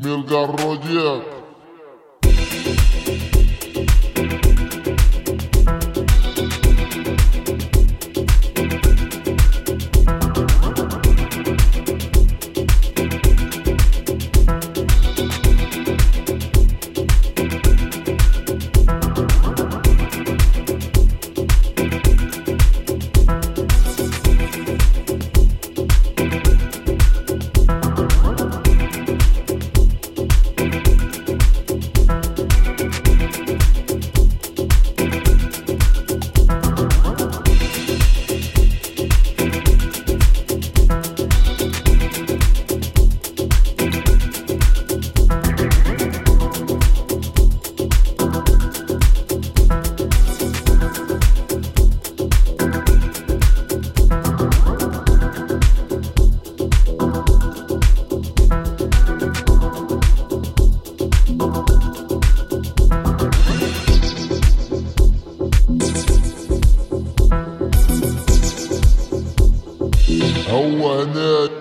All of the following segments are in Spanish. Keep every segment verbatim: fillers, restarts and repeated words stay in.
Milgarroyek. هو هناك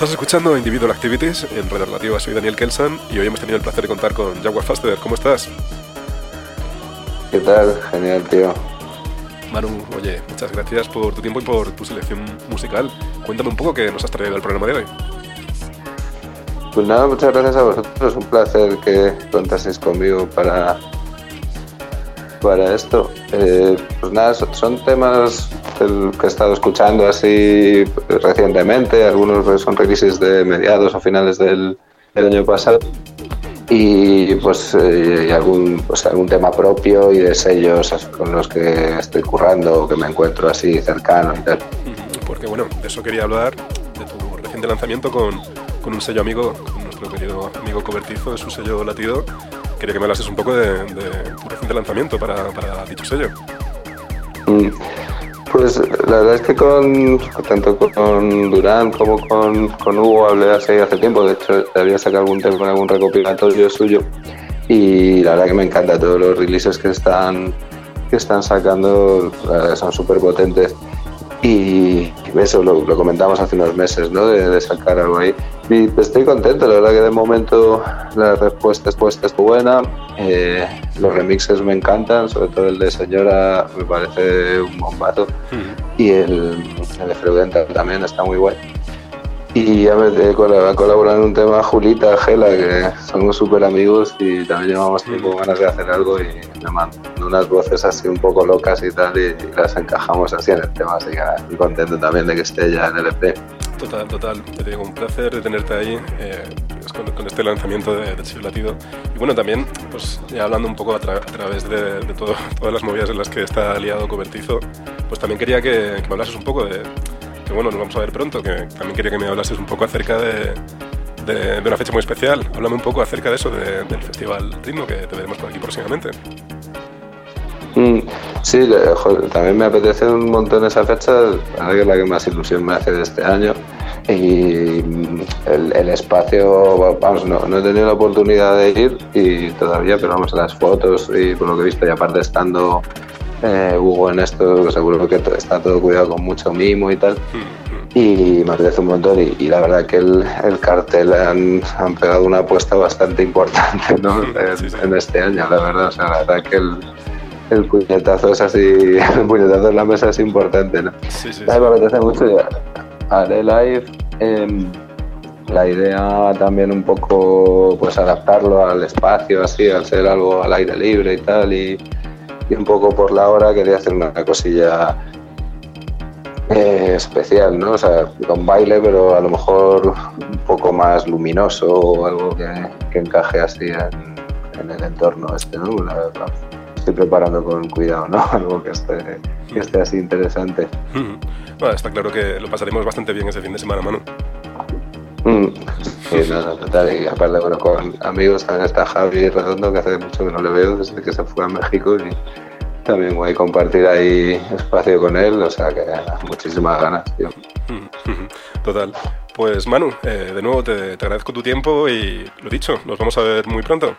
Estás escuchando Individual Activities en Red Relativa. Soy Daniel Kelsan y hoy hemos tenido el placer de contar con Jaguar Faster. ¿Cómo estás? ¿Qué tal? Genial, tío. Manu, oye, muchas gracias por tu tiempo y por tu selección musical. Cuéntame un poco qué nos has traído al programa de hoy. Pues nada, muchas gracias a vosotros. Un placer que contaseis conmigo para, para esto. Eh, pues nada, son temas que he estado escuchando así recientemente. Algunos son releases de mediados o finales del, del año pasado. Y pues eh, y algún, pues algún tema propio y de sellos con los que estoy currando o que me encuentro así cercano y tal. Porque bueno, de eso quería hablar, de tu reciente lanzamiento con, con un sello amigo, con nuestro querido amigo Cobertizo, de su sello Latido. Quería que me hablases un poco de, de tu reciente lanzamiento para, para dicho sello. Mm. Pues la verdad es que con tanto con Durán como con, con Hugo hablé así hace tiempo. De hecho, había sacado algún tema con algún recopilatorio suyo y la verdad que me encanta todos los releases que están que están sacando. La verdad que son súper potentes y eso lo, lo comentamos hace unos meses, ¿no? De, de sacar algo ahí y estoy contento. La verdad que de momento la respuesta, respuesta es buena. Eh, los remixes me encantan, sobre todo el de Señora me parece un bombazo. Mm. Y el, el de Freudenthal también está muy guay. Y ya me he colaborado en un tema Julita, Gela, que somos súper amigos y también llevamos tiempo mm. ganas de hacer algo y me mandan unas voces así un poco locas y tal y, y las encajamos así en el tema, así que estoy contento también de que esté ya en el E P. Total, total. Te digo, un placer de tenerte ahí eh, con, con este lanzamiento de, de Sello Latido. Y bueno, también, pues ya hablando un poco a, tra- a través de, de todo, todas las movidas en las que está liado Cobertizo, pues también quería que, que me hablases un poco de, que bueno, nos vamos a ver pronto, que también quería que me hablases un poco acerca de, de, de una fecha muy especial. Háblame un poco acerca de eso, de, del Festival Ritmo, que te veremos por aquí próximamente. Mm, sí, joder, también me apetece un montón esa fecha, la verdad que es la que más ilusión me hace de este año. Y el, el espacio, vamos, no, no he tenido la oportunidad de ir y todavía, pero vamos, las fotos y por lo que he visto, y aparte estando eh, Hugo en esto, seguro que está todo cuidado con mucho mimo y tal. Y me apetece un montón y, y la verdad que el, el cartel han, han pegado una apuesta bastante importante, ¿no? en, sí, sí. en este año, la verdad. O sea, la verdad que el El puñetazo es así, el puñetazo en la mesa es importante, ¿no? Sí, sí, sí. Me apetece mucho, ya. Haré live. Eh, la idea también un poco, pues adaptarlo al espacio, así, al ser algo al aire libre y tal, y, y un poco por la hora quería hacer una cosilla eh, especial, ¿no? O sea, con baile, pero a lo mejor un poco más luminoso o algo que, que encaje así en, en el entorno este, ¿no? La verdad. Estoy preparando con cuidado, ¿no? Algo que esté, que esté así interesante. Mm. Bueno, está claro que lo pasaremos bastante bien ese fin de semana, Manu. Mm. Sí, no, no, total. Y aparte, bueno, con amigos también está Javi Redondo, que hace mucho que no le veo desde que se fue a México y también voy a compartir ahí espacio con él, o sea que muchísimas ganas, tío. Total. Pues Manu, eh, de nuevo te, te agradezco tu tiempo y lo dicho, nos vamos a ver muy pronto.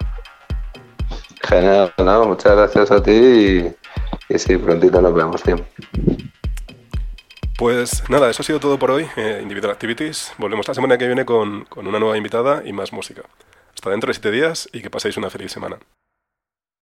Genial, no, muchas gracias a ti y, y sí, prontito nos vemos, tío. Pues nada, eso ha sido todo por hoy, eh, Individual Activities. Volvemos la semana que viene con, con una nueva invitada y más música. Hasta dentro de siete días y que paséis una feliz semana.